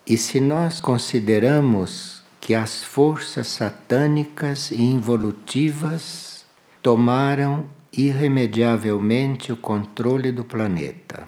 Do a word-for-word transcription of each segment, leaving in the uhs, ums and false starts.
E se nós consideramos que as forças satânicas e involutivas tomaram irremediavelmente o controle do planeta.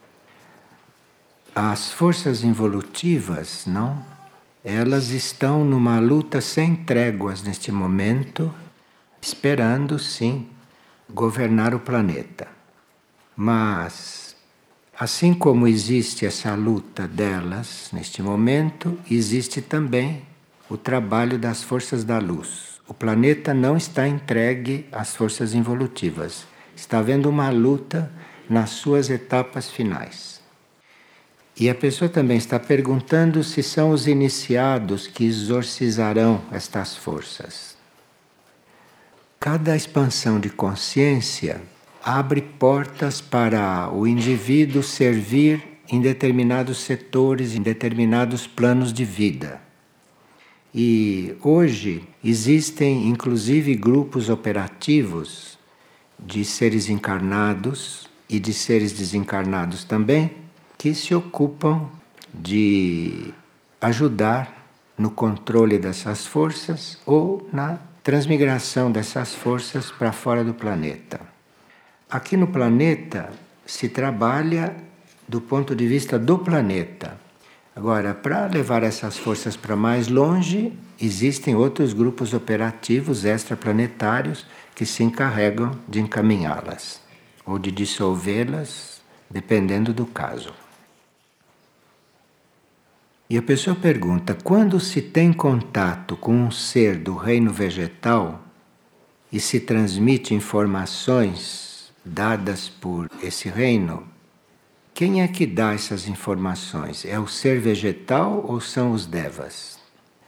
As forças involutivas, não? Elas estão numa luta sem tréguas neste momento, esperando sim governar o planeta. Mas, assim como existe essa luta delas neste momento, existe também o trabalho das forças da luz. O planeta não está entregue às forças involutivas. Está havendo uma luta nas suas etapas finais. E a pessoa também está perguntando se são os iniciados que exorcizarão estas forças. Cada expansão de consciência abre portas para o indivíduo servir em determinados setores, em determinados planos de vida. E hoje existem inclusive grupos operativos de seres encarnados e de seres desencarnados também, que se ocupam de ajudar no controle dessas forças ou na transmigração dessas forças para fora do planeta. Aqui no planeta se trabalha do ponto de vista do planeta. Agora, para levar essas forças para mais longe, existem outros grupos operativos extraplanetários que se encarregam de encaminhá-las ou de dissolvê-las, dependendo do caso. E a pessoa pergunta, quando se tem contato com um ser do reino vegetal e se transmite informações dadas por esse reino, quem é que dá essas informações? É o ser vegetal ou são os devas?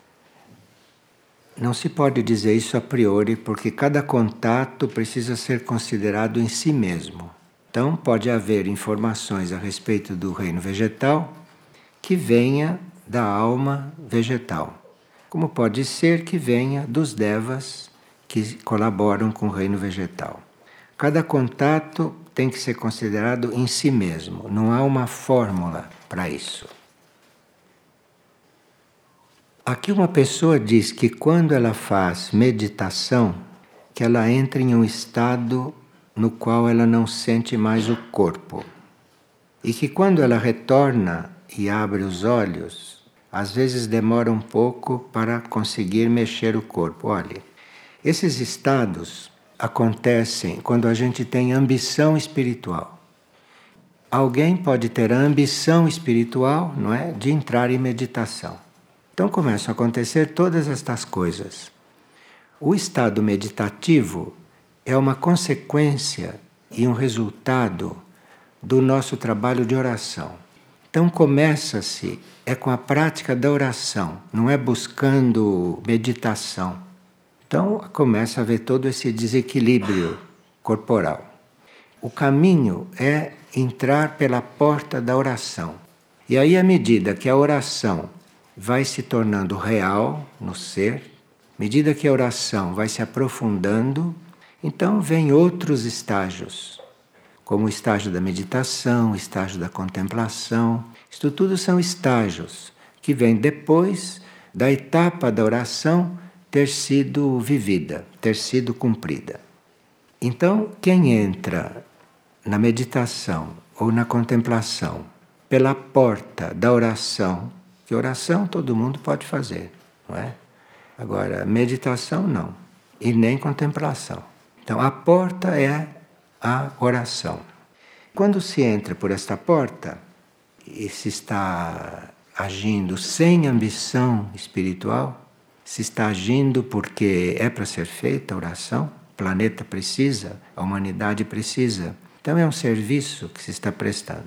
Não se pode dizer isso a priori, porque cada contato precisa ser considerado em si mesmo. Então pode haver informações a respeito do reino vegetal que venha da alma vegetal, como pode ser que venha dos devas que colaboram com o reino vegetal. Cada contato tem que ser considerado em si mesmo, não há uma fórmula para isso. Aqui uma pessoa diz que quando ela faz meditação, que ela entra em um estado no qual ela não sente mais o corpo. E que quando ela retorna e abre os olhos, às vezes demora um pouco para conseguir mexer o corpo. Olha, esses estados acontecem quando a gente tem ambição espiritual. Alguém pode ter a ambição espiritual, não é, de entrar em meditação. Então começam a acontecer todas estas coisas. O estado meditativo é uma consequência e um resultado do nosso trabalho de oração. Então começa-se é com a prática da oração, não é buscando meditação. Então começa a haver todo esse desequilíbrio corporal. O caminho é entrar pela porta da oração. E aí, à medida que a oração vai se tornando real no ser, à medida que a oração vai se aprofundando, então vem outros estágios, como o estágio da meditação, o estágio da contemplação. Isto tudo são estágios que vêm depois da etapa da oração ter sido vivida, ter sido cumprida. Então, quem entra na meditação ou na contemplação pela porta da oração, que oração todo mundo pode fazer, não é? Agora, meditação não, e nem contemplação. Então, a porta é a oração. Quando se entra por esta porta e se está agindo sem ambição espiritual, se está agindo porque é para ser feita a oração, o planeta precisa, a humanidade precisa. Então é um serviço que se está prestando.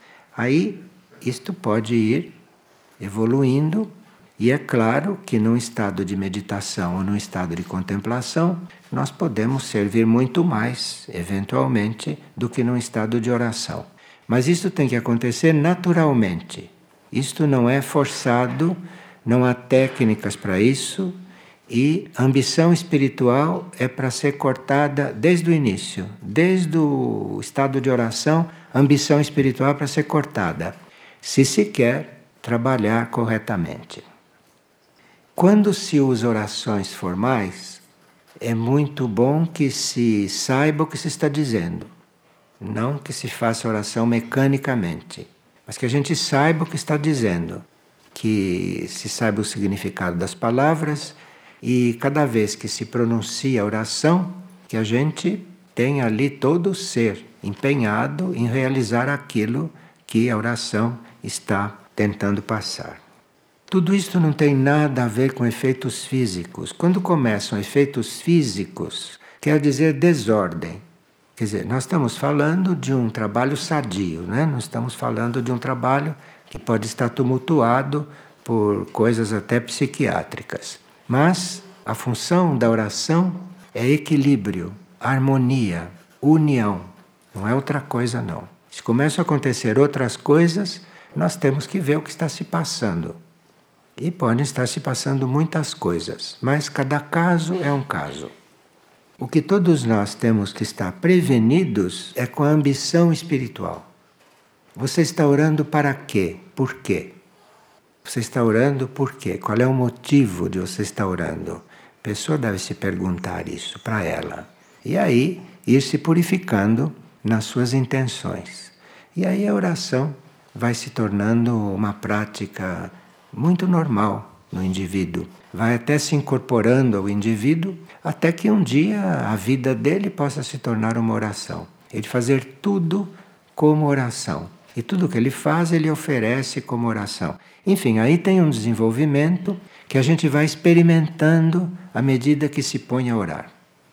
Aí isto pode ir evoluindo e é claro que num estado de meditação ou num estado de contemplação nós podemos servir muito mais, eventualmente, do que num estado de oração. Mas isso tem que acontecer naturalmente. Isto não é forçado. Não há técnicas para isso e a ambição espiritual é para ser cortada desde o início. Desde o estado de oração, a ambição espiritual é para ser cortada. Se se quer trabalhar corretamente. Quando se usa orações formais, é muito bom que se saiba o que se está dizendo. Não que se faça oração mecanicamente, mas que a gente saiba o que está dizendo, que se saiba o significado das palavras e cada vez que se pronuncia a oração, que a gente tenha ali todo o ser empenhado em realizar aquilo que a oração está tentando passar. Tudo isto não tem nada a ver com efeitos físicos. Quando começam efeitos físicos, quer dizer desordem. Quer dizer, nós estamos falando de um trabalho sadio, né? Não estamos falando de um trabalho que pode estar tumultuado por coisas até psiquiátricas. Mas a função da oração é equilíbrio, harmonia, união. Não é outra coisa, não. Se começam a acontecer outras coisas, nós temos que ver o que está se passando. E podem estar se passando muitas coisas, mas cada caso é um caso. O que todos nós temos que estar prevenidos é com a ambição espiritual. Você está orando para quê? Por quê? Você está orando por quê? Qual é o motivo de você estar orando? A pessoa deve se perguntar isso para ela. E aí, ir se purificando nas suas intenções. E aí a oração vai se tornando uma prática muito normal no indivíduo. Vai até se incorporando ao indivíduo, até que um dia a vida dele possa se tornar uma oração. Ele fazer tudo como oração. E tudo que ele faz, ele oferece como oração. Enfim, aí tem um desenvolvimento que a gente vai experimentando à medida que se põe a orar.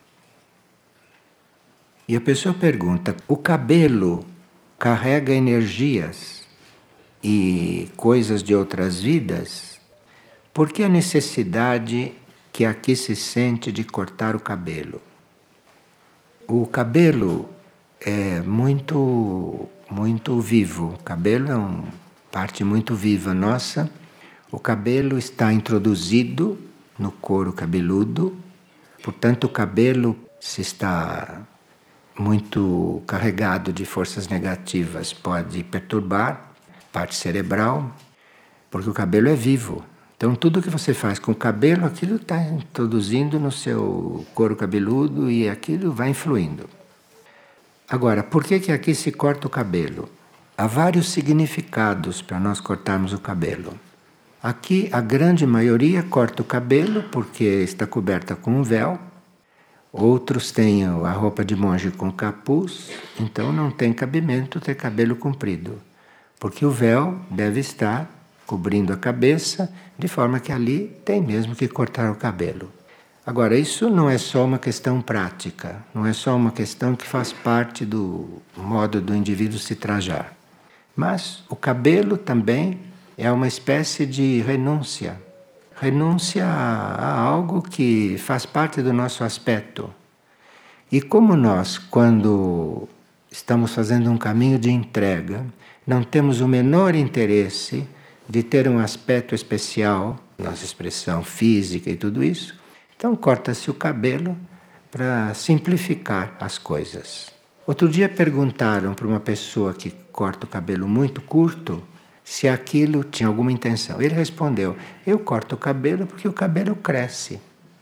E a pessoa pergunta, o cabelo carrega energias e coisas de outras vidas? Por que a necessidade que aqui se sente de cortar o cabelo? O cabelo é muito, muito vivo. O cabelo é uma parte muito viva nossa. O cabelo está introduzido no couro cabeludo. Portanto, o cabelo, se está muito carregado de forças negativas, pode perturbar a parte cerebral, porque o cabelo é vivo. Então, tudo que você faz com o cabelo, aquilo está introduzindo no seu couro cabeludo e aquilo vai influindo. Agora, por que que aqui se corta o cabelo? Há vários significados para nós cortarmos o cabelo. Aqui, a grande maioria corta o cabelo porque está coberta com um véu. Outros têm a roupa de monge com capuz, então não tem cabimento ter cabelo comprido, porque o véu deve estar cobrindo a cabeça, de forma que ali tem mesmo que cortar o cabelo. Agora, isso não é só uma questão prática, não é só uma questão que faz parte do modo do indivíduo se trajar. Mas o cabelo também é uma espécie de renúncia. Renúncia a algo que faz parte do nosso aspecto. E como nós, quando estamos fazendo um caminho de entrega, não temos o menor interesse de ter um aspecto especial, nossa expressão física e tudo isso, então corta-se o cabelo para simplificar as coisas. Outro dia perguntaram para uma pessoa que corta o cabelo muito curto se aquilo tinha alguma intenção. Ele respondeu, eu corto o cabelo porque o cabelo cresce.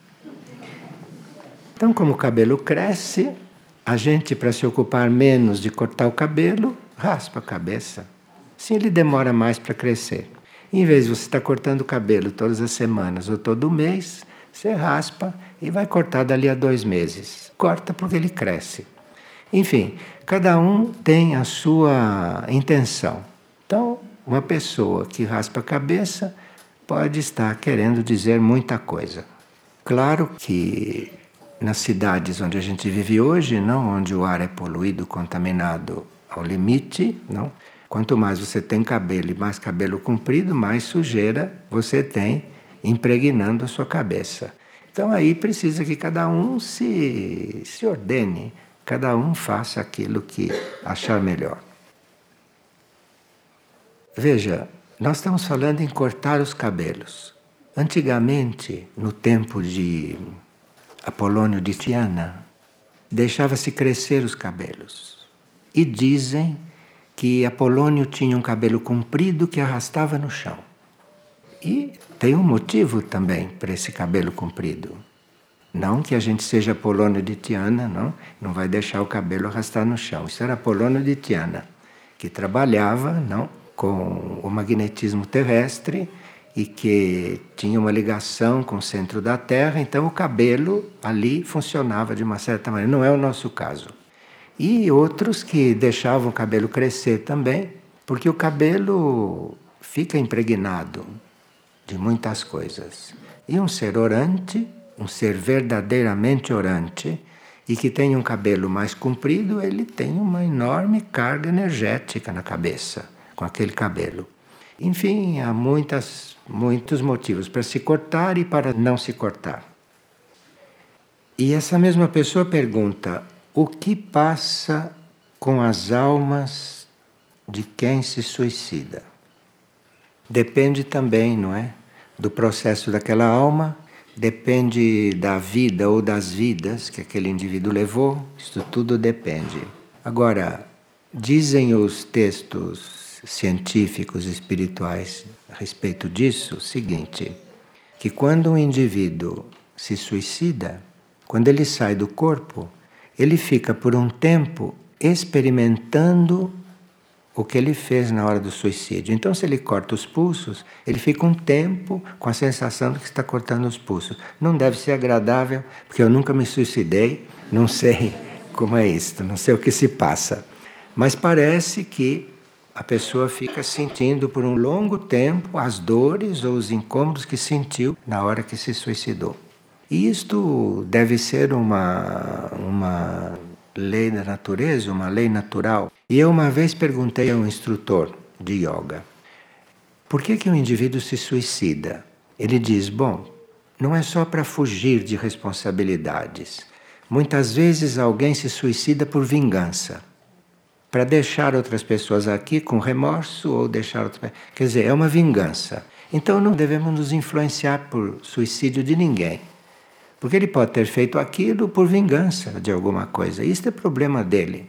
Então, como o cabelo cresce, a gente, para se ocupar menos de cortar o cabelo, raspa a cabeça. Assim ele demora mais para crescer. Em vez de você estar cortando o cabelo todas as semanas ou todo mês, você raspa e vai cortar dali a dois meses. Corta porque ele cresce. Enfim, cada um tem a sua intenção. Então, uma pessoa que raspa a cabeça pode estar querendo dizer muita coisa. Claro que nas cidades onde a gente vive hoje, não, onde o ar é poluído, contaminado ao limite, não. Quanto mais você tem cabelo e mais cabelo comprido, mais sujeira você tem impregnando a sua cabeça. Então aí precisa que cada um se, se ordene, cada um faça aquilo que achar melhor. Veja, nós estamos falando em cortar os cabelos. Antigamente, no tempo de Apolônio de Tiana, deixava-se crescer os cabelos. E dizem que Apolônio tinha um cabelo comprido que arrastava no chão. E tem um motivo também para esse cabelo comprido. Não que a gente seja Apolônio de Tiana, não, não vai deixar o cabelo arrastar no chão. Isso era Apolônio de Tiana, que trabalhava, não, com o magnetismo terrestre e que tinha uma ligação com o centro da Terra, então o cabelo ali funcionava de uma certa maneira. Não é o nosso caso. E outros que deixavam o cabelo crescer também, porque o cabelo fica impregnado de muitas coisas. E um ser orante, um ser verdadeiramente orante, e que tem um cabelo mais comprido, ele tem uma enorme carga energética na cabeça, com aquele cabelo. Enfim, há muitas, muitos motivos para se cortar e para não se cortar. E essa mesma pessoa pergunta: o que passa com as almas de quem se suicida? Depende também, não é, do processo daquela alma, depende da vida ou das vidas que aquele indivíduo levou, isso tudo depende. Agora, dizem os textos científicos e espirituais a respeito disso o seguinte, que quando um indivíduo se suicida, quando ele sai do corpo, ele fica por um tempo experimentando o que ele fez na hora do suicídio. Então, se ele corta os pulsos, ele fica um tempo com a sensação de que está cortando os pulsos. Não deve ser agradável, porque eu nunca me suicidei, não sei como é isso, não sei o que se passa. Mas parece que a pessoa fica sentindo por um longo tempo as dores ou os incômodos que sentiu na hora que se suicidou. E isto deve ser uma, uma lei da natureza, uma lei natural. E eu uma vez perguntei a um instrutor de yoga, por que que um indivíduo se suicida? Ele diz, bom, não é só para fugir de responsabilidades. Muitas vezes alguém se suicida por vingança, para deixar outras pessoas aqui com remorso ou deixar outras... Quer dizer, é uma vingança. Então não devemos nos influenciar por suicídio de ninguém. Porque ele pode ter feito aquilo por vingança de alguma coisa. Isso é problema dele.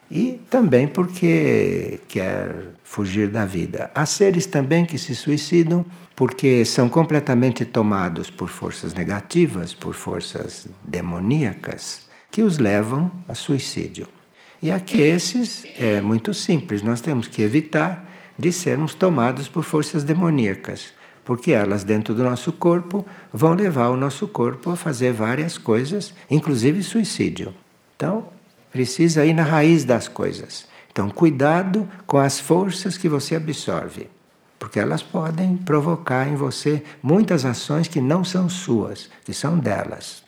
E também porque quer fugir da vida. Há seres também que se suicidam porque são completamente tomados por forças negativas, por forças demoníacas, que os levam a suicídio. E aqui esses é muito simples. Nós temos que evitar de sermos tomados por forças demoníacas. Porque elas dentro do nosso corpo vão levar o nosso corpo a fazer várias coisas, inclusive suicídio. Então, precisa ir na raiz das coisas. Então, cuidado com as forças que você absorve, porque elas podem provocar em você muitas ações que não são suas, que são delas.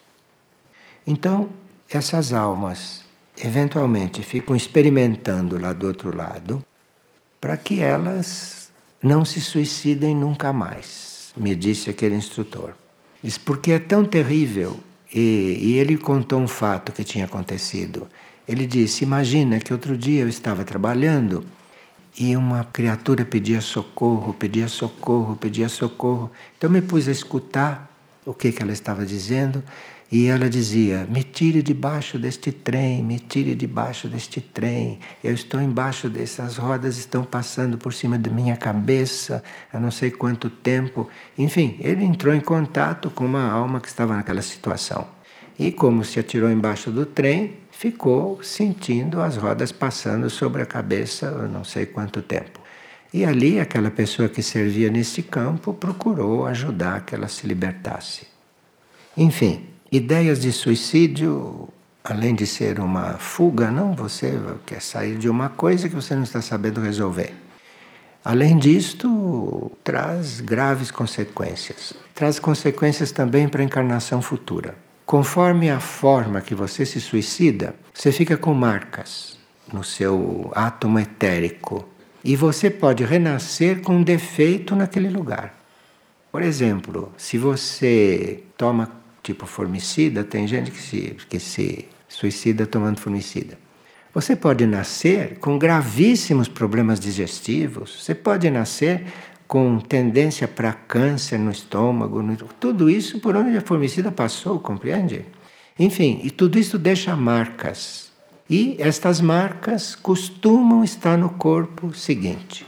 Então, essas almas eventualmente ficam experimentando lá do outro lado, para que elas não se suicidem nunca mais, me disse aquele instrutor. Diz, porque é tão terrível, e, e ele contou um fato que tinha acontecido. Ele disse, imagina que outro dia eu estava trabalhando e uma criatura pedia socorro, pedia socorro, pedia socorro. Então me pus a escutar o que, que ela estava dizendo. E ela dizia, me tire debaixo deste trem, me tire debaixo deste trem. Eu estou embaixo dessas rodas, estão passando por cima da minha cabeça há não sei quanto tempo. Enfim, ele entrou em contato com uma alma que estava naquela situação. E como se atirou embaixo do trem, ficou sentindo as rodas passando sobre a cabeça há não sei quanto tempo. E ali aquela pessoa que servia nesse campo procurou ajudar que ela se libertasse. Enfim, ideias de suicídio, além de ser uma fuga, não, você quer sair de uma coisa que você não está sabendo resolver. Além disto, traz graves consequências. Traz consequências também para a encarnação futura. Conforme a forma que você se suicida, você fica com marcas no seu átomo etérico. E você pode renascer com um defeito naquele lugar. Por exemplo, se você toma tipo formicida, tem gente que se, que se suicida tomando formicida. Você pode nascer com gravíssimos problemas digestivos, você pode nascer com tendência para câncer no estômago, no, tudo isso por onde a formicida passou, compreende? Enfim, e tudo isso deixa marcas. E estas marcas costumam estar no corpo seguinte.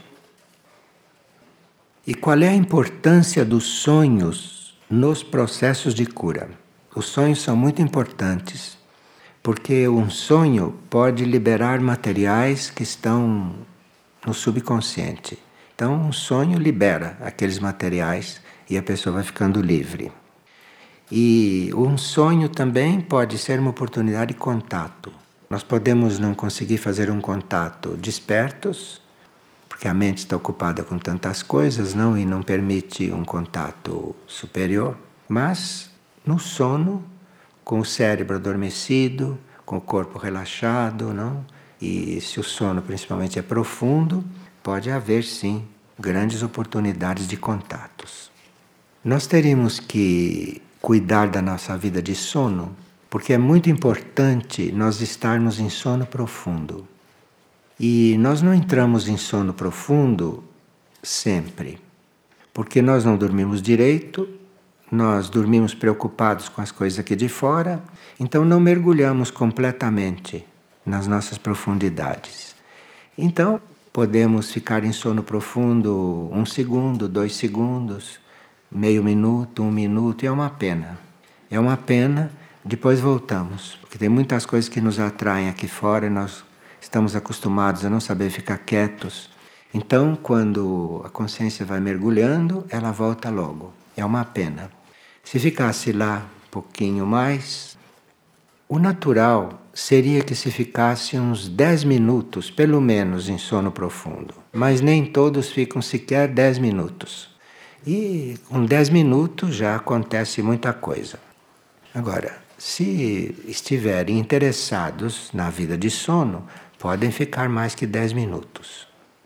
E qual é a importância dos sonhos nos processos de cura? Os sonhos são muito importantes, porque um sonho pode liberar materiais que estão no subconsciente. Então, um sonho libera aqueles materiais e a pessoa vai ficando livre. E um sonho também pode ser uma oportunidade de contato. Nós podemos não conseguir fazer um contato despertos, porque a mente está ocupada com tantas coisas, não, e não permite um contato superior, mas no sono, com o cérebro adormecido, com o corpo relaxado, não? E se o sono principalmente é profundo, pode haver sim grandes oportunidades de contatos. Nós teríamos que cuidar da nossa vida de sono, porque é muito importante nós estarmos em sono profundo. E nós não entramos em sono profundo sempre, porque nós não dormimos direito, nós dormimos preocupados com as coisas aqui de fora, então não mergulhamos completamente nas nossas profundidades. Então, podemos ficar em sono profundo um segundo, dois segundos, meio minuto, um minuto, e é uma pena. É uma pena, depois voltamos, porque tem muitas coisas que nos atraem aqui fora e nós estamos acostumados a não saber ficar quietos. Então, quando a consciência vai mergulhando, ela volta logo. É uma pena. Se ficasse lá um pouquinho mais, o natural seria que se ficasse uns dez minutos, pelo menos, em sono profundo. Mas nem todos ficam sequer dez minutos. E com dez minutos já acontece muita coisa. Agora, se estiverem interessados na vida de sono, podem ficar mais que dez minutos.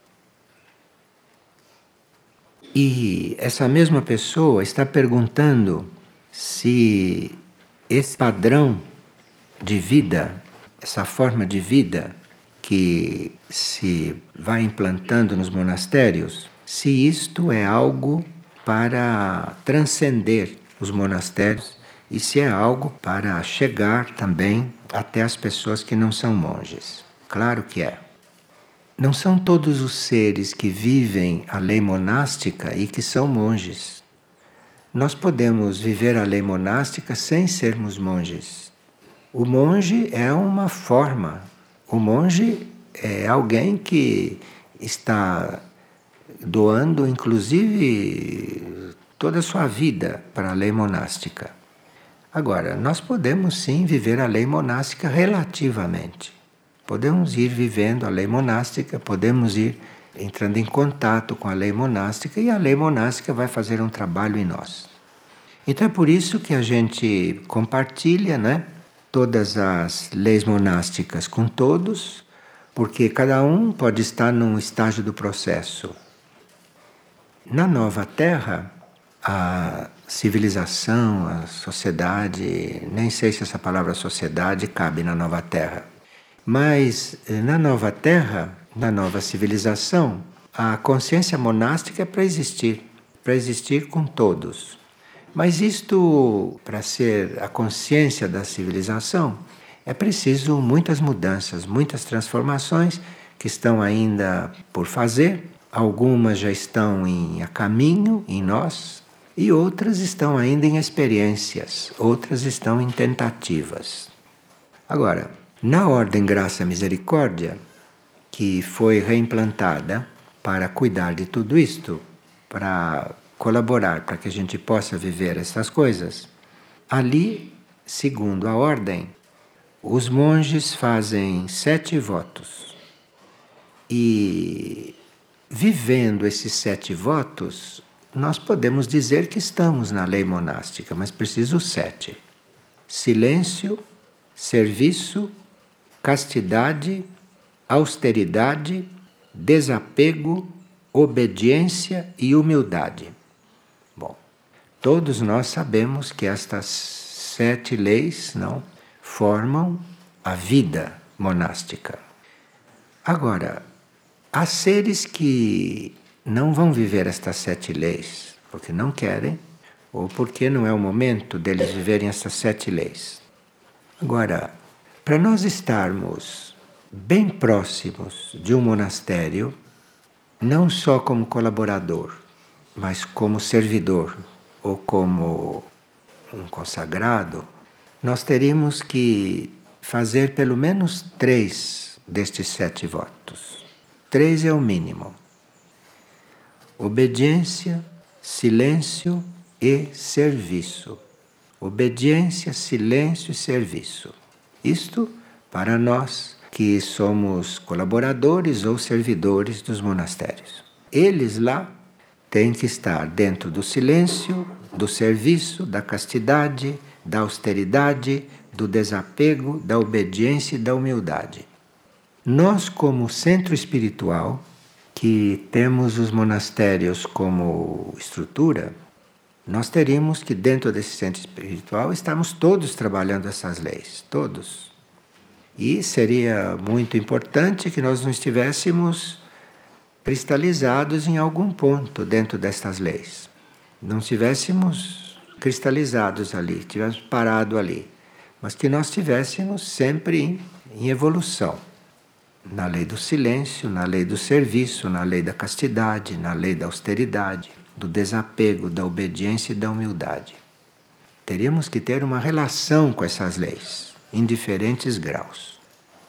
E essa mesma pessoa está perguntando se esse padrão de vida, essa forma de vida que se vai implantando nos monastérios, se isto é algo para transcender os monastérios e se é algo para chegar também até as pessoas que não são monges. Claro que é. Não são todos os seres que vivem a lei monástica e que são monges. Nós podemos viver a lei monástica sem sermos monges. O monge é uma forma. O monge é alguém que está doando, inclusive, toda a sua vida para a lei monástica. Agora, nós podemos sim viver a lei monástica relativamente. Podemos ir vivendo a lei monástica, podemos ir entrando em contato com a lei monástica e a lei monástica vai fazer um trabalho em nós. Então é por isso que a gente compartilha, né, todas as leis monásticas com todos, porque cada um pode estar num estágio do processo. Na Nova Terra, a civilização, a sociedade, nem sei se essa palavra sociedade cabe na Nova Terra, mas na Nova Terra, na nova civilização, a consciência monástica é para existir, para existir com todos. Mas isto, para ser a consciência da civilização, é preciso muitas mudanças, muitas transformações que estão ainda por fazer. Algumas já estão em, a caminho em nós e outras estão ainda em experiências, outras estão em tentativas. Agora, na Ordem Graça e Misericórdia, que foi reimplantada para cuidar de tudo isto, para colaborar para que a gente possa viver essas coisas, ali, segundo a ordem, os monges fazem sete votos. E vivendo esses sete votos, nós podemos dizer que estamos na lei monástica, mas preciso sete. Silêncio, serviço, castidade, austeridade, desapego, obediência e humildade. Bom, todos nós sabemos que estas sete leis, não, formam a vida monástica. Agora, há seres que não vão viver estas sete leis, porque não querem, ou porque não é o momento deles viverem essas sete leis. Agora, Para nós estarmos bem próximos de um monastério, não só como colaborador, mas como servidor ou como um consagrado, nós teríamos que fazer pelo menos três destes sete votos. Três é o mínimo: obediência, silêncio e serviço. Obediência, silêncio e serviço. Isto para nós que somos colaboradores ou servidores dos monastérios. Eles lá têm que estar dentro do silêncio, do serviço, da castidade, da austeridade, do desapego, da obediência e da humildade. Nós, como centro espiritual, que temos os monastérios como estrutura, nós teríamos que, dentro desse centro espiritual, estarmos todos trabalhando essas leis, todos. E seria muito importante que nós não estivéssemos cristalizados em algum ponto dentro destas leis. Não estivéssemos cristalizados ali, estivéssemos parados ali, mas que nós estivéssemos sempre em, em evolução. Na lei do silêncio, na lei do serviço, na lei da castidade, na lei da austeridade, do desapego, da obediência e da humildade. Teríamos que ter uma relação com essas leis, em diferentes graus.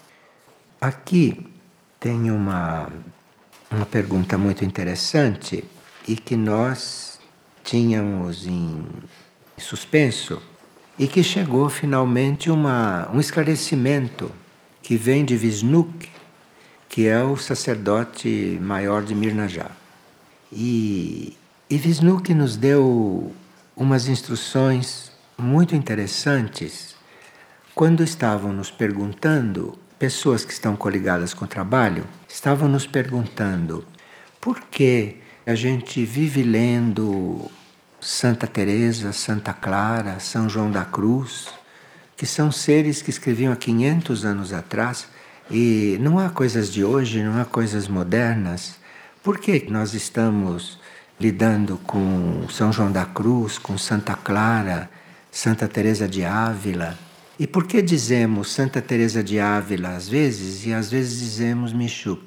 Aqui tem uma, uma pergunta muito interessante e que nós tínhamos em suspenso e que chegou finalmente uma, um esclarecimento que vem de Vishnuk, que é o sacerdote maior de Mirnaja. E E Vishnuk nos deu umas instruções muito interessantes quando estavam nos perguntando, pessoas que estão coligadas com o trabalho, estavam nos perguntando por que a gente vive lendo Santa Teresa, Santa Clara, São João da Cruz, que são seres que escreviam há quinhentos anos atrás, e não há coisas de hoje, não há coisas modernas. Por que nós estamos lidando com São João da Cruz, com Santa Clara, Santa Teresa de Ávila? E por que dizemos Santa Teresa de Ávila às vezes e às vezes dizemos Michuk?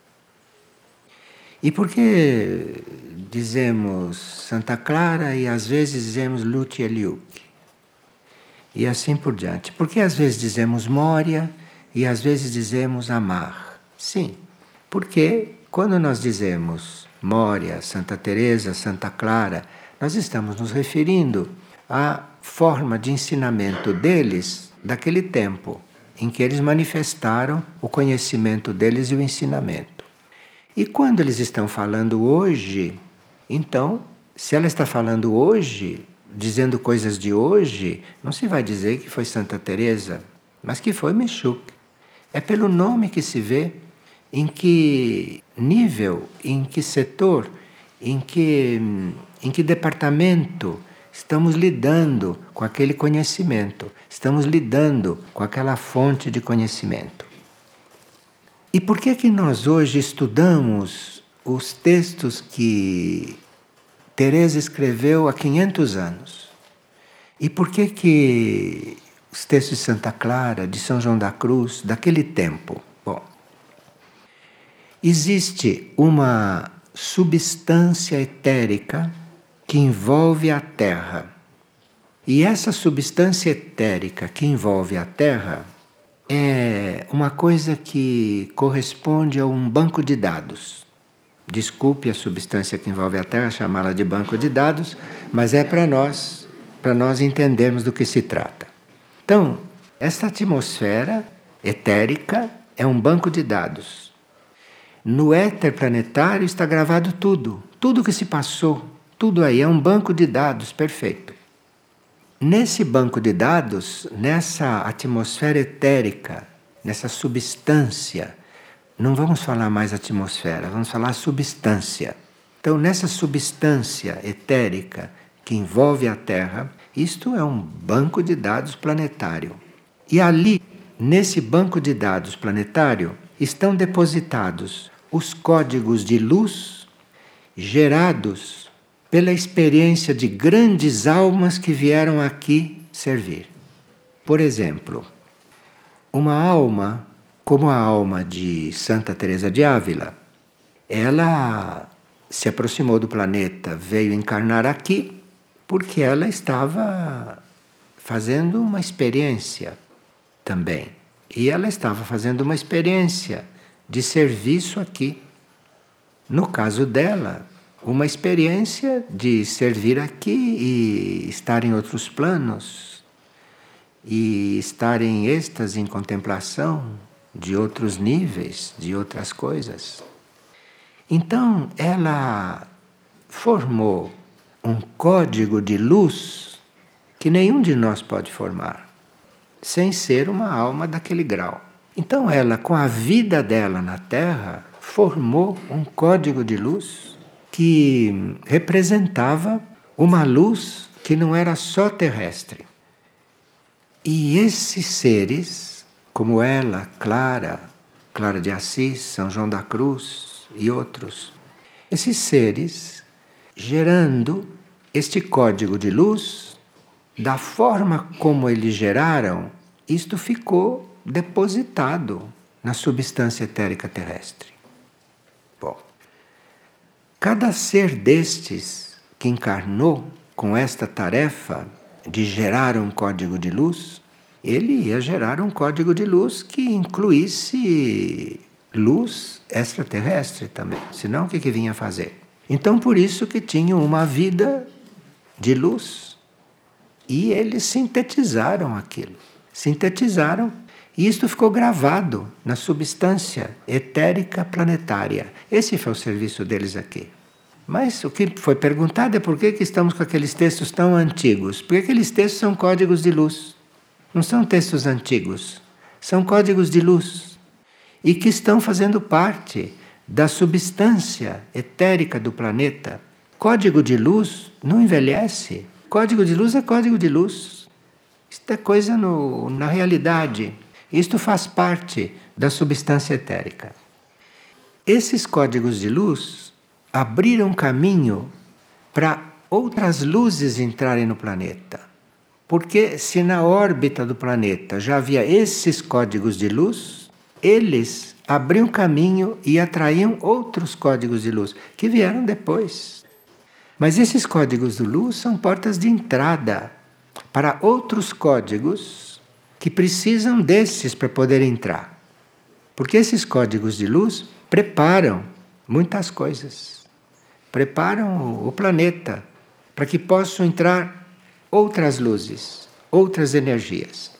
E por que dizemos Santa Clara e às vezes dizemos Lutia Liuk? E assim por diante. Por que às vezes dizemos Moria e às vezes dizemos Amar? Sim, porque quando nós dizemos Moria, Santa Teresa, Santa Clara, nós estamos nos referindo à forma de ensinamento deles daquele tempo, em que eles manifestaram o conhecimento deles e o ensinamento. E quando eles estão falando hoje, então, se ela está falando hoje, dizendo coisas de hoje, não se vai dizer que foi Santa Teresa, mas que foi Michuk. É pelo nome que se vê em que nível, em que setor, em que, em que departamento estamos lidando com aquele conhecimento, estamos lidando com aquela fonte de conhecimento. E por que que nós hoje estudamos os textos que Teresa escreveu há quinhentos anos? E por que que os textos de Santa Clara, de São João da Cruz, daquele tempo? Bom, existe uma substância etérica que envolve a Terra. E essa substância etérica que envolve a Terra é uma coisa que corresponde a um banco de dados. Desculpe a substância que envolve a Terra chamá-la de banco de dados, mas é para nós, para nós entendermos do que se trata. Então, esta atmosfera etérica é um banco de dados. No éter planetário está gravado tudo, tudo que se passou, tudo aí, é um banco de dados perfeito. Nesse banco de dados, nessa atmosfera etérica, nessa substância, não vamos falar mais atmosfera, vamos falar substância. Então, nessa substância etérica que envolve a Terra, isto é um banco de dados planetário. E ali, nesse banco de dados planetário, estão depositados os códigos de luz gerados pela experiência de grandes almas que vieram aqui servir. Por exemplo, uma alma, como a alma de Santa Teresa de Ávila, ela se aproximou do planeta, veio encarnar aqui, porque ela estava fazendo uma experiência também. E ela estava fazendo uma experiência de serviço aqui. No caso dela, uma experiência de servir aqui e estar em outros planos, e estar em êxtase, em contemplação de outros níveis, de outras coisas. Então, ela formou um código de luz que nenhum de nós pode formar, sem ser uma alma daquele grau. Então, ela, com a vida dela na Terra, formou um código de luz que representava uma luz que não era só terrestre. E esses seres, como ela, Clara, Clara de Assis, São João da Cruz e outros, esses seres gerando este código de luz, da forma como eles geraram, isto ficou depositado na substância etérica terrestre. Bom, cada ser destes que encarnou com esta tarefa de gerar um código de luz, ele ia gerar um código de luz que incluísse luz extraterrestre também. Senão, o que, que vinha fazer? Então, por isso que tinham uma vida de luz. E eles sintetizaram aquilo. Sintetizaram. E isto ficou gravado na substância etérica planetária. Esse foi o serviço deles aqui. Mas o que foi perguntado é por que, que estamos com aqueles textos tão antigos. Porque aqueles textos são códigos de luz. Não são textos antigos. São códigos de luz. E que estão fazendo parte da substância etérica do planeta. Código de luz não envelhece. Código de luz é código de luz. Isto é coisa no, na realidade. Isto faz parte da substância etérica. Esses códigos de luz abriram caminho para outras luzes entrarem no planeta. Porque se na órbita do planeta já havia esses códigos de luz, eles abriam caminho e atraíam outros códigos de luz, que vieram depois. Mas esses códigos de luz são portas de entrada para outros códigos que precisam desses para poder entrar. Porque esses códigos de luz preparam muitas coisas. Preparam o planeta para que possam entrar outras luzes, outras energias.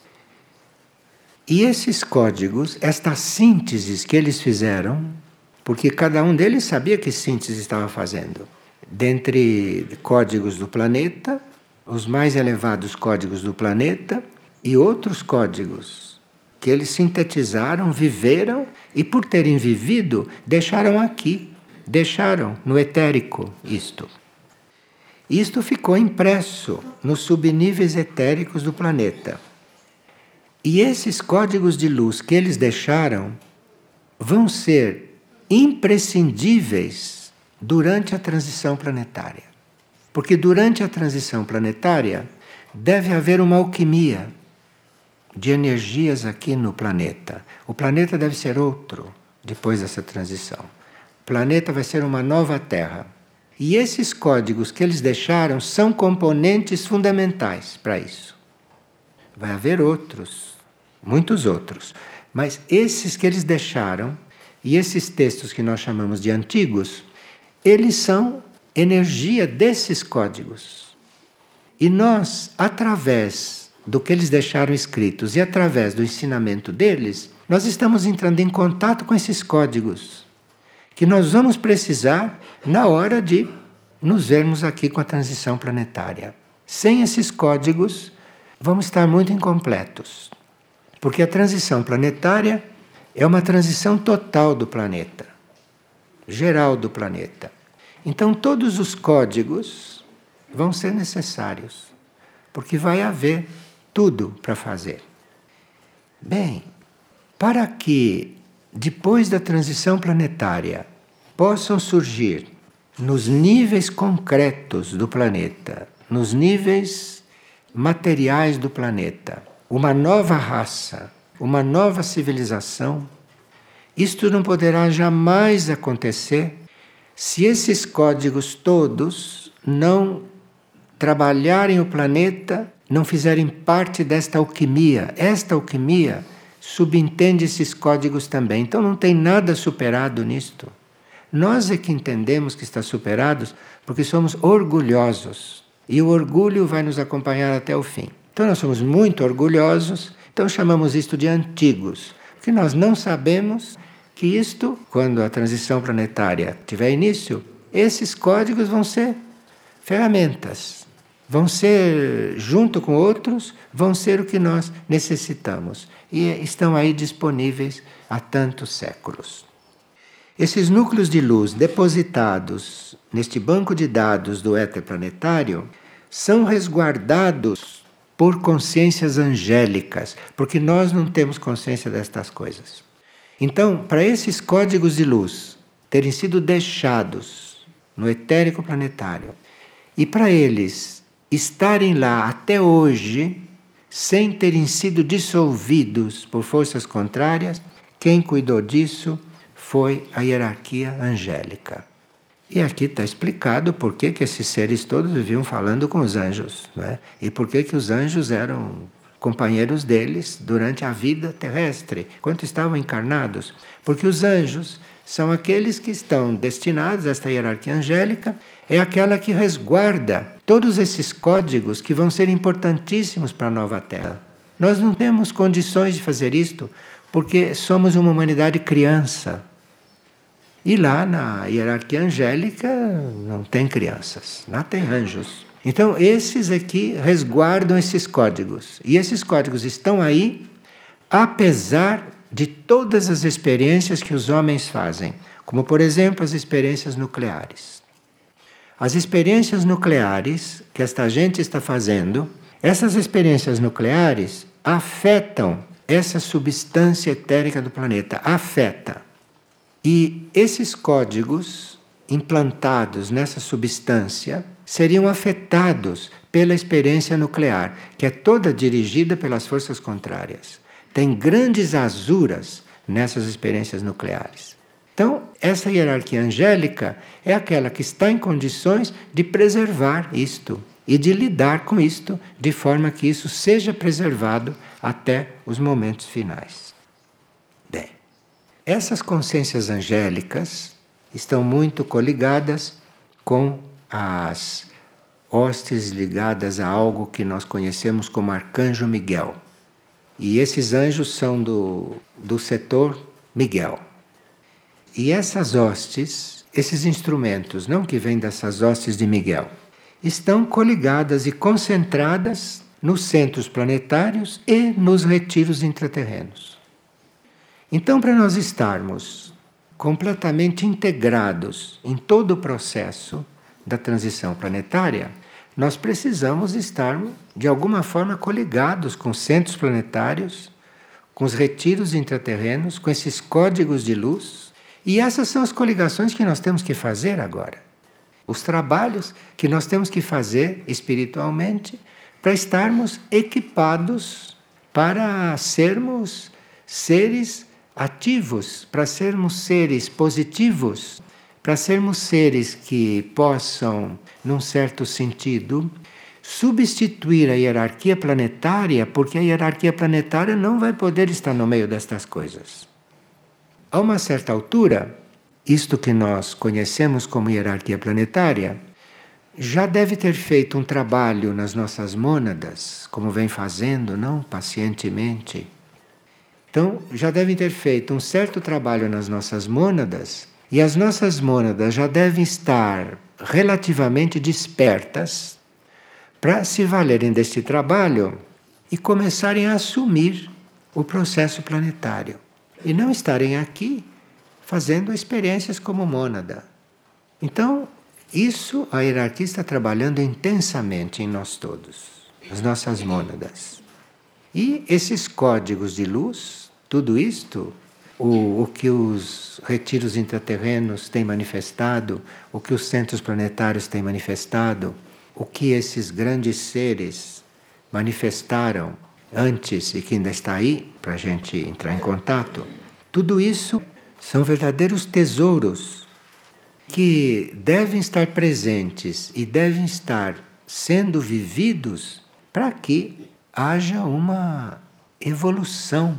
E esses códigos, estas sínteses que eles fizeram, porque cada um deles sabia que síntese estava fazendo, dentre códigos do planeta, os mais elevados códigos do planeta e outros códigos que eles sintetizaram, viveram e, por terem vivido, deixaram aqui, deixaram no etérico isto. Isto ficou impresso nos subníveis etéricos do planeta. E esses códigos de luz que eles deixaram vão ser imprescindíveis durante a transição planetária. Porque durante a transição planetária deve haver uma alquimia de energias aqui no planeta. O planeta deve ser outro depois dessa transição. O planeta vai ser uma nova Terra. E esses códigos que eles deixaram são componentes fundamentais para isso. Vai haver outros, muitos outros. Mas esses que eles deixaram, e esses textos que nós chamamos de antigos, eles são energia desses códigos. E nós, através do que eles deixaram escritos e através do ensinamento deles, nós estamos entrando em contato com esses códigos, que nós vamos precisar na hora de nos vermos aqui com a transição planetária. Sem esses códigos, vamos estar muito incompletos. Porque a transição planetária é uma transição total do planeta, geral do planeta. Então todos os códigos vão ser necessários, porque vai haver tudo para fazer. Bem, para que depois da transição planetária possam surgir nos níveis concretos do planeta, nos níveis materiais do planeta, uma nova raça uma nova civilização. Isto não poderá jamais acontecer se esses códigos todos não trabalharem o planeta, não fizerem parte desta alquimia. Esta alquimia subentende esses códigos também. Então não tem nada superado nisto. Nós é que entendemos que está superado porque somos orgulhosos. E o orgulho vai nos acompanhar até o fim. Então nós somos muito orgulhosos, então chamamos isto de antigos. Porque nós não sabemos que isto, quando a transição planetária tiver início, esses códigos vão ser ferramentas. Vão ser, junto com outros, vão ser o que nós necessitamos. E estão aí disponíveis há tantos séculos. Esses núcleos de luz depositados neste banco de dados do éter planetário são resguardados por consciências angélicas, porque nós não temos consciência destas coisas. Então, para esses códigos de luz terem sido deixados no etérico planetário e para eles estarem lá até hoje, sem terem sido dissolvidos por forças contrárias, quem cuidou disso foi a hierarquia angélica. E aqui está explicado por que, que esses seres todos viviam falando com os anjos, não é? E por que, que os anjos eram companheiros deles durante a vida terrestre, quando estavam encarnados. Porque os anjos são aqueles que estão destinados a esta hierarquia angélica, é aquela que resguarda todos esses códigos que vão ser importantíssimos para a nova Terra. Nós não temos condições de fazer isto porque somos uma humanidade criança. E lá na hierarquia angélica não tem crianças, lá tem anjos. Então esses aqui resguardam esses códigos. E esses códigos estão aí apesar de todas as experiências que os homens fazem, como por exemplo as experiências nucleares. As experiências nucleares que esta gente está fazendo, essas experiências nucleares afetam essa substância etérica do planeta, afeta. E esses códigos implantados nessa substância seriam afetados pela experiência nuclear, que é toda dirigida pelas forças contrárias. Tem grandes azuras nessas experiências nucleares. Então, essa hierarquia angélica é aquela que está em condições de preservar isto e de lidar com isto de forma que isso seja preservado até os momentos finais. Bem, essas consciências angélicas estão muito coligadas com as hostes ligadas a algo que nós conhecemos como Arcanjo Miguel. E esses anjos são do, do setor Miguel. E essas hostes, esses instrumentos, não que vêm dessas hostes de Miguel, estão coligadas e concentradas nos centros planetários e nos retiros intraterrenos. Então, para nós estarmos completamente integrados em todo o processo da transição planetária, nós precisamos estar, de alguma forma, coligados com centros planetários, com os retiros intraterrenos, com esses códigos de luz. E essas são as coligações que nós temos que fazer agora. Os trabalhos que nós temos que fazer espiritualmente para estarmos equipados para sermos seres ativos, para sermos seres positivos, para sermos seres que possam, num certo sentido, substituir a hierarquia planetária, porque a hierarquia planetária não vai poder estar no meio destas coisas. A uma certa altura, isto que nós conhecemos como hierarquia planetária, já deve ter feito um trabalho nas nossas mônadas, como vem fazendo, não? Pacientemente. Então, já devem ter feito um certo trabalho nas nossas mônadas, e as nossas mônadas já devem estar relativamente despertas para se valerem deste trabalho e começarem a assumir o processo planetário. E não estarem aqui fazendo experiências como mônada. Então, isso a hierarquia está trabalhando intensamente em nós todos, as nossas mônadas. E esses códigos de luz, tudo isto, o, o que os retiros intraterrenos têm manifestado, o que os centros planetários têm manifestado, o que esses grandes seres manifestaram antes e que ainda está aí para a gente entrar em contato, tudo isso são verdadeiros tesouros que devem estar presentes e devem estar sendo vividos para que haja uma evolução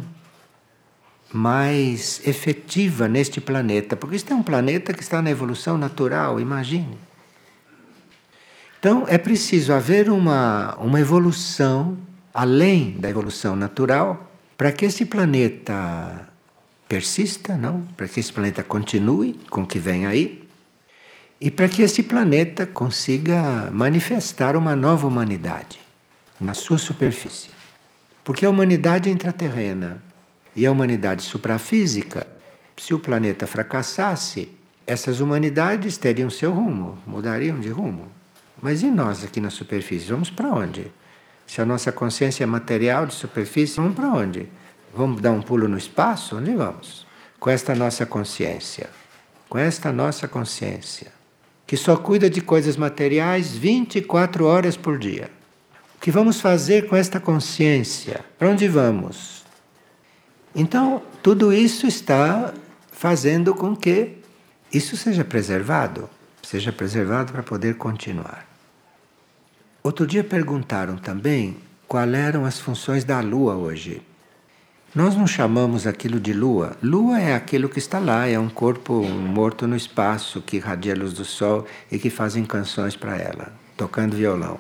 mais efetiva neste planeta, porque este é um planeta que está na evolução natural, imagine. Então é preciso haver uma, uma evolução além da evolução natural para que esse planeta persista, não? Para que esse planeta continue com o que vem aí e para que esse planeta consiga manifestar uma nova humanidade na sua superfície. Porque a humanidade intraterrena e a humanidade suprafísica, se o planeta fracassasse, essas humanidades teriam seu rumo, mudariam de rumo. Mas e nós aqui na superfície? Vamos para onde? Se a nossa consciência é material de superfície, vamos para onde? Vamos dar um pulo no espaço? Onde vamos? Com esta nossa consciência. Com esta nossa consciência. Que só cuida de coisas materiais vinte e quatro horas por dia. O que vamos fazer com esta consciência? Para onde vamos? Então, tudo isso está fazendo com que isso seja preservado. Seja preservado para poder continuar. Outro dia perguntaram também quais eram as funções da Lua hoje. Nós não chamamos aquilo de Lua. Lua é aquilo que está lá, é um corpo morto no espaço que irradia a luz do Sol e que fazem canções para ela, tocando violão.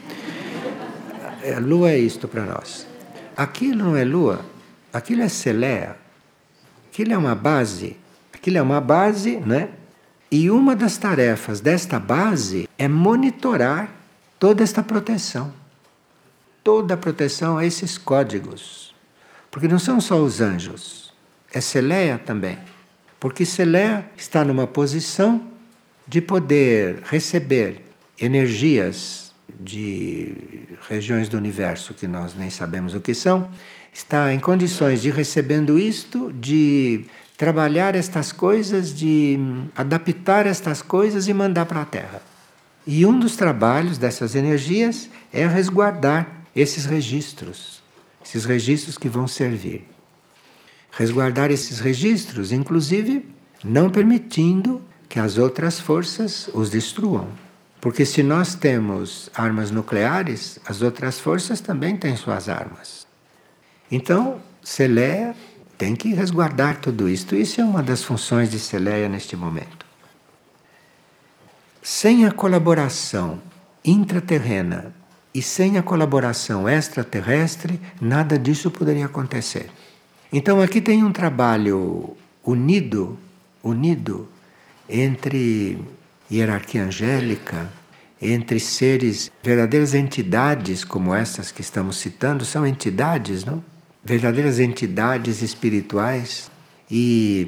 A Lua é isto para nós. Aquilo não é Lua, aquilo é Celeia. Aquilo é uma base. Aquilo é uma base, né? E uma das tarefas desta base é monitorar toda esta proteção. Toda a proteção a esses códigos. Porque não são só os anjos, é Celeia também. Porque Celeia está numa posição de poder receber energias de regiões do universo que nós nem sabemos o que são, está em condições de, recebendo isto, de trabalhar estas coisas, de adaptar estas coisas e mandar para a Terra. E um dos trabalhos dessas energias é resguardar esses registros, esses registros que vão servir. Resguardar esses registros, inclusive, não permitindo que as outras forças os destruam. Porque se nós temos armas nucleares, as outras forças também têm suas armas. Então, Celeia tem que resguardar tudo isto. Isso é uma das funções de Celeia neste momento. Sem a colaboração intraterrena e sem a colaboração extraterrestre, nada disso poderia acontecer. Então aqui tem um trabalho unido, unido entre hierarquia angélica, entre seres, verdadeiras entidades como essas que estamos citando, são entidades, não? Verdadeiras entidades espirituais e,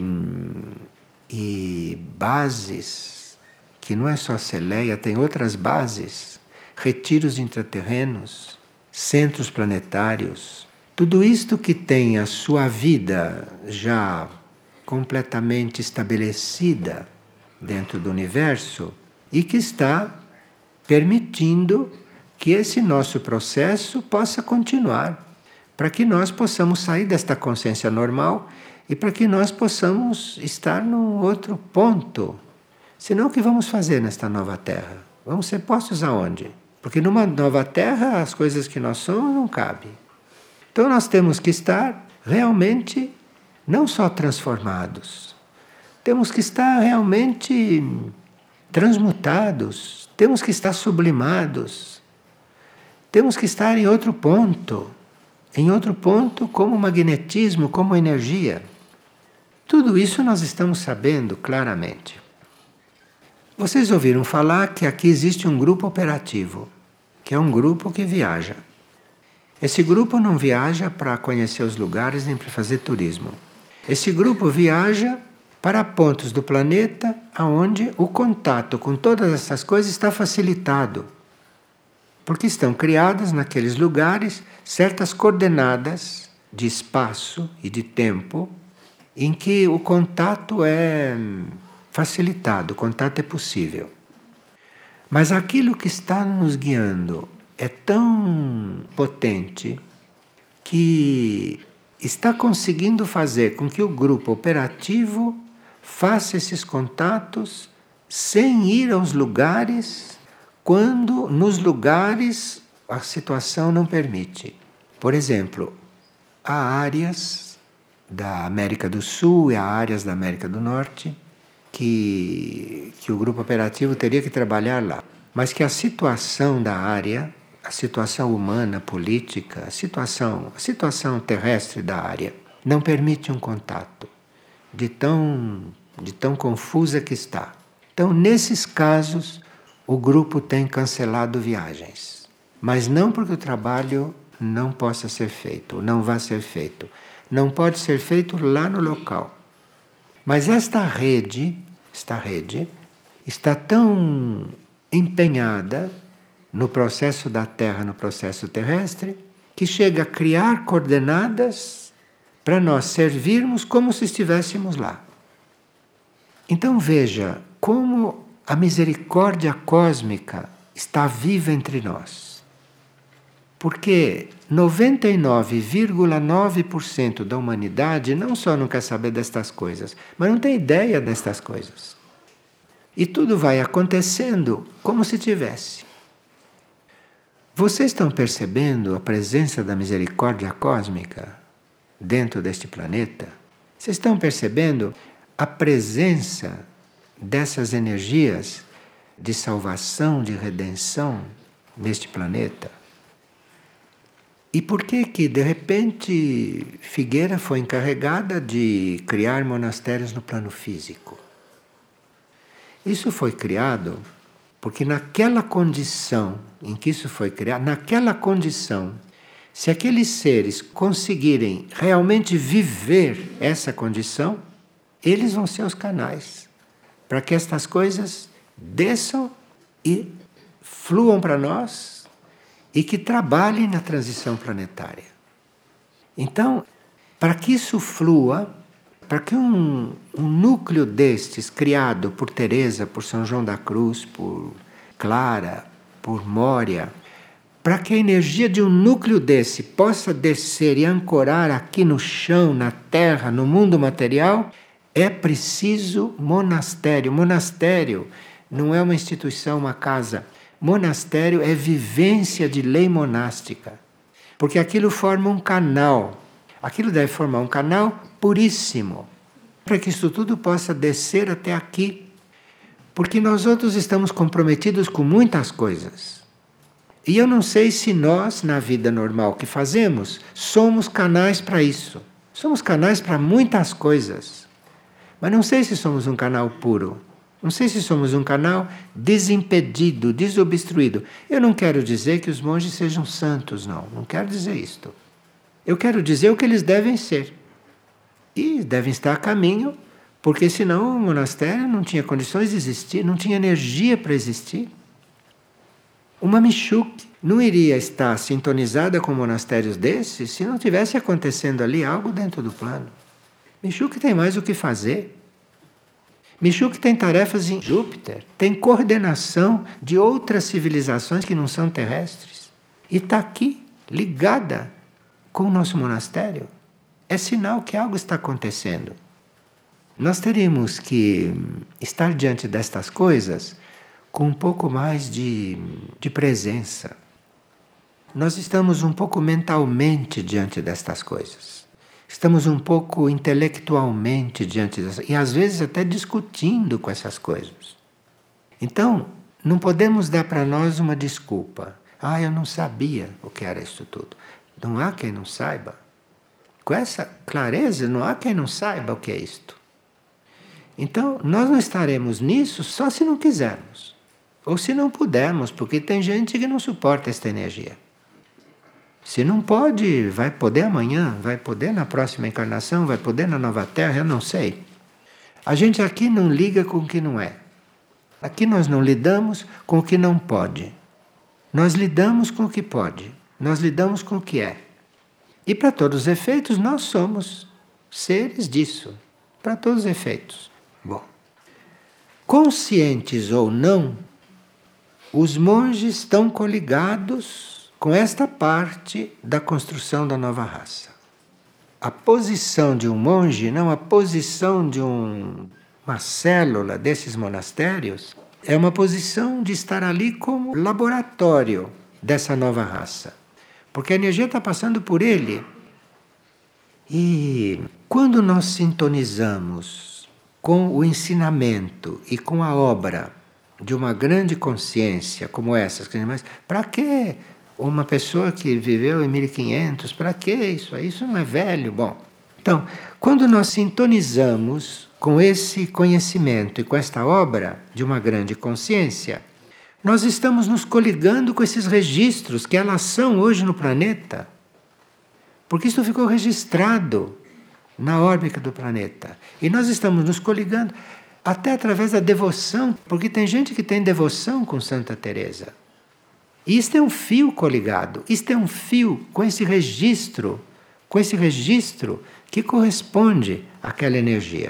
e bases, que não é só Celeia, tem outras bases, retiros intraterrenos, centros planetários, tudo isto que tem a sua vida já completamente estabelecida dentro do universo e que está permitindo que esse nosso processo possa continuar, para que nós possamos sair desta consciência normal e para que nós possamos estar num outro ponto. Senão o que vamos fazer nesta nova Terra? Vamos ser postos aonde? Porque numa nova Terra as coisas que nós somos não cabem. Então nós temos que estar realmente não só transformados, temos que estar realmente transmutados, temos que estar sublimados, temos que estar em outro ponto, em outro ponto como magnetismo, como energia. Tudo isso nós estamos sabendo claramente. Vocês ouviram falar que aqui existe um grupo operativo, que é um grupo que viaja. Esse grupo não viaja para conhecer os lugares nem para fazer turismo. Esse grupo viaja para pontos do planeta onde o contato com todas essas coisas está facilitado. Porque estão criadas naqueles lugares certas coordenadas de espaço e de tempo em que o contato é facilitado, o contato é possível. Mas aquilo que está nos guiando é tão potente, que está conseguindo fazer com que o grupo operativo faça esses contatos sem ir aos lugares, quando nos lugares a situação não permite. Por exemplo, há áreas da América do Sul e há áreas da América do Norte que, que o grupo operativo teria que trabalhar lá, mas que a situação da área, a situação humana, política, a situação, a situação terrestre da área não permite um contato de tão, de tão confusa que está. Então, nesses casos, o grupo tem cancelado viagens, mas não porque o trabalho não possa ser feito, não vá ser feito. Não pode ser feito lá no local. Mas esta rede, esta rede está tão empenhada no processo da Terra, no processo terrestre, que chega a criar coordenadas para nós servirmos como se estivéssemos lá. Então veja como a misericórdia cósmica está viva entre nós. Porque noventa e nove vírgula nove por cento da humanidade não só não quer saber destas coisas, mas não tem ideia destas coisas. E tudo vai acontecendo como se tivesse. Vocês estão percebendo a presença da misericórdia cósmica dentro deste planeta? Vocês estão percebendo a presença dessas energias de salvação, de redenção neste planeta? E por que que, de repente, Figueira foi encarregada de criar monastérios no plano físico? Isso foi criado porque naquela condição em que isso foi criado, naquela condição, se aqueles seres conseguirem realmente viver essa condição, eles vão ser os canais para que estas coisas desçam e fluam para nós e que trabalhem na transição planetária. Então, para que isso flua, para que um, um núcleo destes, criado por Teresa, por São João da Cruz, por Clara, por Mória, para que a energia de um núcleo desse possa descer e ancorar aqui no chão, na terra, no mundo material, é preciso monastério. Monastério não é uma instituição, uma casa. Monastério é vivência de lei monástica. Porque aquilo forma um canal. Aquilo deve formar um canal puríssimo, para que isso tudo possa descer até aqui. Porque nós outros estamos comprometidos com muitas coisas. E eu não sei se nós, na vida normal que fazemos, somos canais para isso. Somos canais para muitas coisas. Mas não sei se somos um canal puro. Não sei se somos um canal desimpedido, desobstruído. Eu não quero dizer que os monges sejam santos, não. Não quero dizer isto. Eu quero dizer o que eles devem ser. E devem estar a caminho, porque senão o monastério não tinha condições de existir, não tinha energia para existir. Uma Michuque não iria estar sintonizada com monastérios desses se não tivesse acontecendo ali algo dentro do plano. Michuque tem mais o que fazer. Michuque tem tarefas em Júpiter, tem coordenação de outras civilizações que não são terrestres. E está aqui, ligada com o nosso monastério. É sinal que algo está acontecendo. Nós teríamos que estar diante destas coisas com um pouco mais de, de presença. Nós estamos um pouco mentalmente diante destas coisas. Estamos um pouco intelectualmente diante dessas, e às vezes até discutindo com essas coisas. Então, não podemos dar para nós uma desculpa. Ah, eu não sabia o que era isso tudo. Não há quem não saiba. Com essa clareza, não há quem não saiba o que é isto. Então, nós não estaremos nisso só se não quisermos. Ou se não pudermos, porque tem gente que não suporta esta energia. Se não pode, vai poder amanhã, vai poder na próxima encarnação, vai poder na nova terra, eu não sei. A gente aqui não liga com o que não é. Aqui nós não lidamos com o que não pode. Nós lidamos com o que pode. Nós lidamos com o que é. E para todos os efeitos, nós somos seres disso. Para todos os efeitos. Bom, conscientes ou não, os monges estão coligados com esta parte da construção da nova raça. A posição de um monge, não a posição de um, uma célula desses monastérios, é uma posição de estar ali como laboratório dessa nova raça. Porque a energia está passando por ele. E quando nós sintonizamos com o ensinamento e com a obra de uma grande consciência como essa, mas para que uma pessoa que viveu em mil e quinhentos, para que isso? Isso não é velho. Bom, então, quando nós sintonizamos com esse conhecimento e com esta obra de uma grande consciência, nós estamos nos coligando com esses registros que elas são hoje no planeta. Porque isso ficou registrado na órbita do planeta. E nós estamos nos coligando até através da devoção, porque tem gente que tem devoção com Santa Teresa. E isto é um fio coligado, isto é um fio com esse registro, com esse registro que corresponde àquela energia.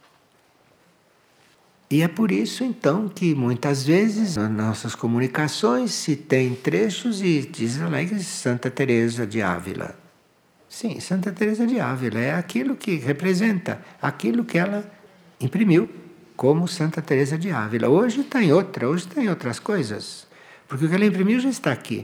E é por isso, então, que muitas vezes nas nossas comunicações se tem trechos e diz lá que Santa Teresa de Ávila. Sim, Santa Teresa de Ávila é aquilo que representa, aquilo que ela imprimiu como Santa Teresa de Ávila. Hoje está em outra, hoje está em outras coisas, porque o que ela imprimiu já está aqui.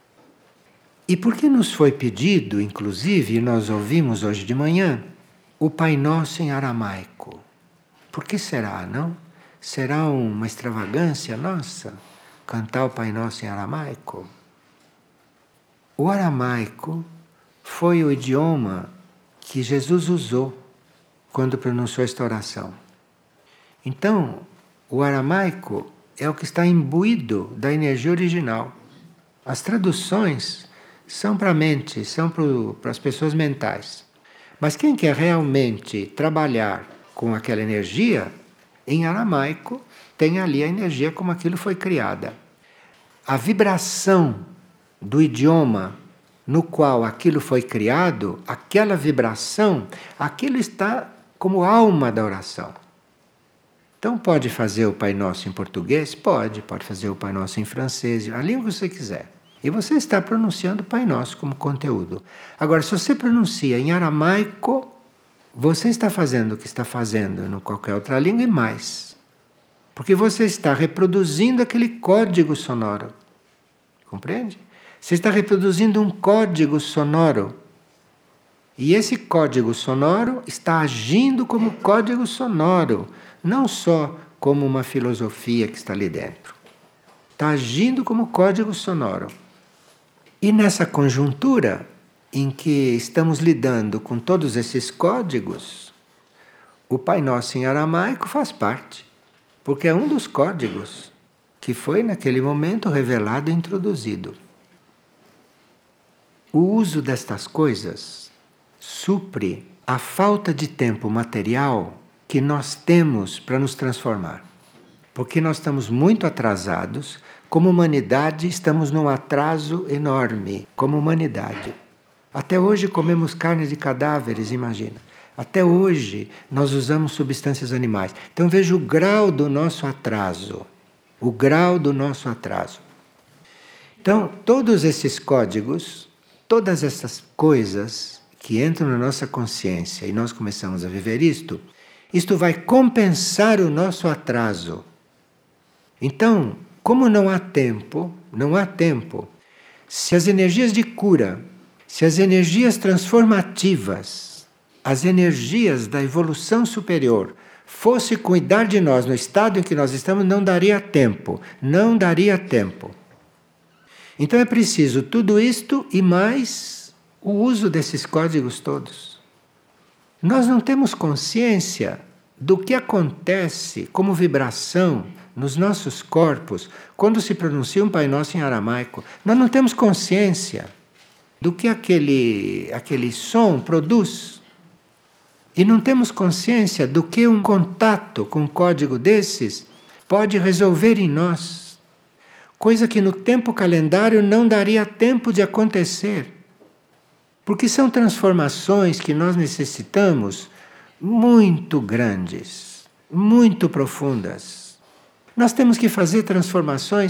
E porque nos foi pedido, inclusive, e nós ouvimos hoje de manhã, o Pai Nosso em aramaico. Por que será, não? Será uma extravagância nossa cantar o Pai Nosso em aramaico? O aramaico foi o idioma que Jesus usou quando pronunciou esta oração. Então, o aramaico é o que está imbuído da energia original. As traduções são para a mente, são para as pessoas mentais. Mas quem quer realmente trabalhar com aquela energia, em aramaico tem ali a energia como aquilo foi criada. A vibração do idioma no qual aquilo foi criado, aquela vibração, aquilo está como alma da oração. Então pode fazer o Pai Nosso em português? Pode, pode fazer o Pai Nosso em francês, a língua que você quiser. E você está pronunciando o Pai Nosso como conteúdo. Agora, se você pronuncia em aramaico, você está fazendo o que está fazendo em qualquer outra língua e mais. Porque você está reproduzindo aquele código sonoro. Compreende? Você está reproduzindo um código sonoro. E esse código sonoro está agindo como código sonoro, não só como uma filosofia que está ali dentro. Está agindo como código sonoro. E nessa conjuntura em que estamos lidando com todos esses códigos, o Pai Nosso em aramaico faz parte, porque é um dos códigos que foi naquele momento revelado e introduzido. O uso destas coisas supre a falta de tempo material que nós temos para nos transformar. Porque nós estamos muito atrasados, como humanidade estamos num atraso enorme, como humanidade. Até hoje comemos carne de cadáveres, imagina. Até hoje nós usamos substâncias animais. Então veja o grau do nosso atraso. O grau do nosso atraso. Então, todos esses códigos, todas essas coisas que entram na nossa consciência e nós começamos a viver isto, isto vai compensar o nosso atraso. Então, como não há tempo, não há tempo, se as energias de cura, se as energias transformativas, as energias da evolução superior, fosse cuidar de nós no estado em que nós estamos, não daria tempo, não daria tempo. Então é preciso tudo isto e mais o uso desses códigos todos. Nós não temos consciência do que acontece como vibração nos nossos corpos quando se pronuncia um Pai Nosso em aramaico. Nós não temos consciência do que aquele, aquele som produz. E não temos consciência do que um contato com um código desses pode resolver em nós. Coisa que no tempo calendário não daria tempo de acontecer. Porque são transformações que nós necessitamos muito grandes, muito profundas. Nós temos que fazer transformações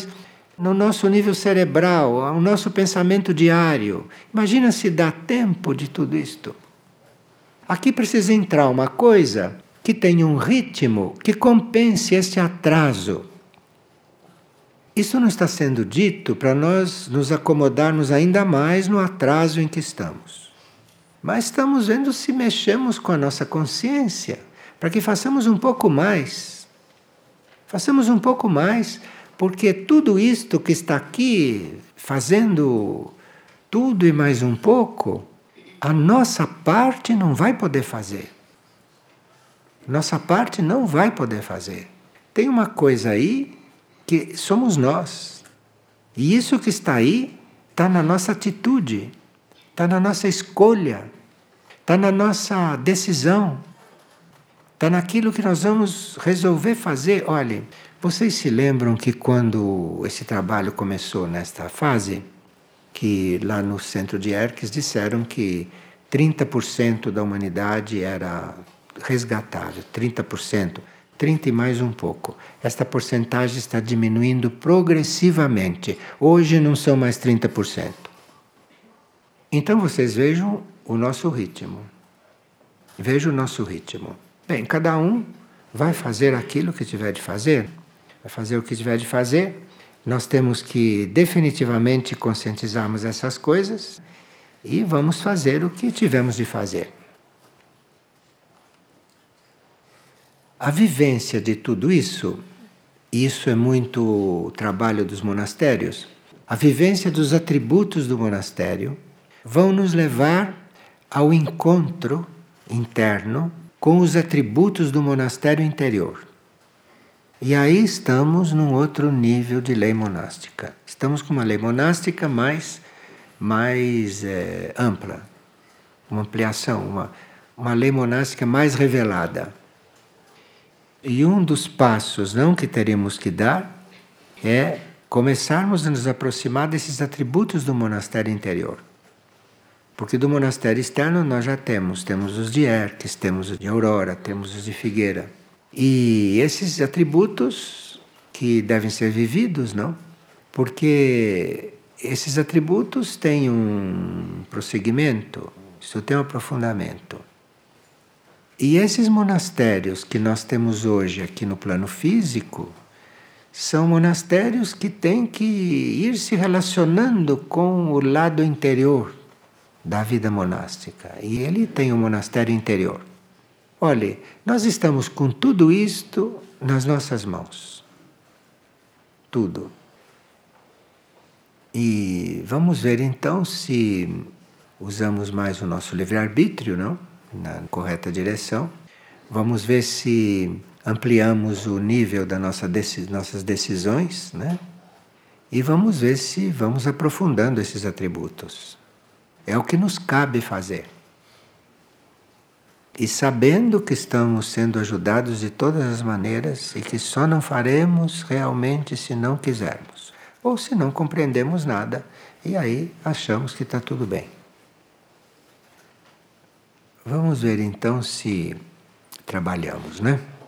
no nosso nível cerebral, o nosso pensamento diário. Imagina se dá tempo de tudo isto. Aqui precisa entrar uma coisa que tenha um ritmo que compense este atraso. Isso não está sendo dito para nós nos acomodarmos ainda mais no atraso em que estamos. Mas estamos vendo se mexemos com a nossa consciência, para que façamos um pouco mais. Façamos um pouco mais, porque tudo isto que está aqui, fazendo tudo e mais um pouco, a nossa parte não vai poder fazer. Nossa parte não vai poder fazer. Tem uma coisa aí que somos nós. E isso que está aí está na nossa atitude, está na nossa escolha, está na nossa decisão, está naquilo que nós vamos resolver fazer. Olhem, vocês se lembram que quando esse trabalho começou nesta fase, que lá no centro de Erques disseram que trinta por cento da humanidade era resgatável, trinta por cento, trinta e mais um pouco. Esta porcentagem está diminuindo progressivamente. Hoje não são mais trinta por cento. Então vocês vejam o nosso ritmo. Vejam o nosso ritmo. Bem, cada um vai fazer aquilo que tiver de fazer. Vai fazer o que tiver de fazer. Nós temos que definitivamente conscientizarmos essas coisas e vamos fazer o que tivemos de fazer. A vivência de tudo isso, e isso é muito trabalho dos monastérios, a vivência dos atributos do monastério vão nos levar ao encontro interno com os atributos do monastério interior. E aí estamos num outro nível de lei monástica. Estamos com uma lei monástica mais, mais é, ampla, uma ampliação, uma, uma lei monástica mais revelada. E um dos passos não que teremos que dar é começarmos a nos aproximar desses atributos do monastério interior. Porque do monastério externo nós já temos, temos os de Erques, temos os de Aurora, temos os de Figueira. E esses atributos que devem ser vividos, não? Porque esses atributos têm um prosseguimento, isso tem um aprofundamento. E esses monastérios que nós temos hoje aqui no plano físico são monastérios que têm que ir se relacionando com o lado interior da vida monástica. E ele tem um monastério interior. Olhe, nós estamos com tudo isto nas nossas mãos. Tudo. E vamos ver então se usamos mais o nosso livre-arbítrio, não? Na correta direção. Vamos ver se ampliamos o nível das nossa deci- nossas decisões, né? E vamos ver se vamos aprofundando esses atributos. É o que nos cabe fazer. E sabendo que estamos sendo ajudados de todas as maneiras e que só não faremos realmente se não quisermos. Ou se não compreendemos nada e aí achamos que está tudo bem. Vamos ver então se trabalhamos, né?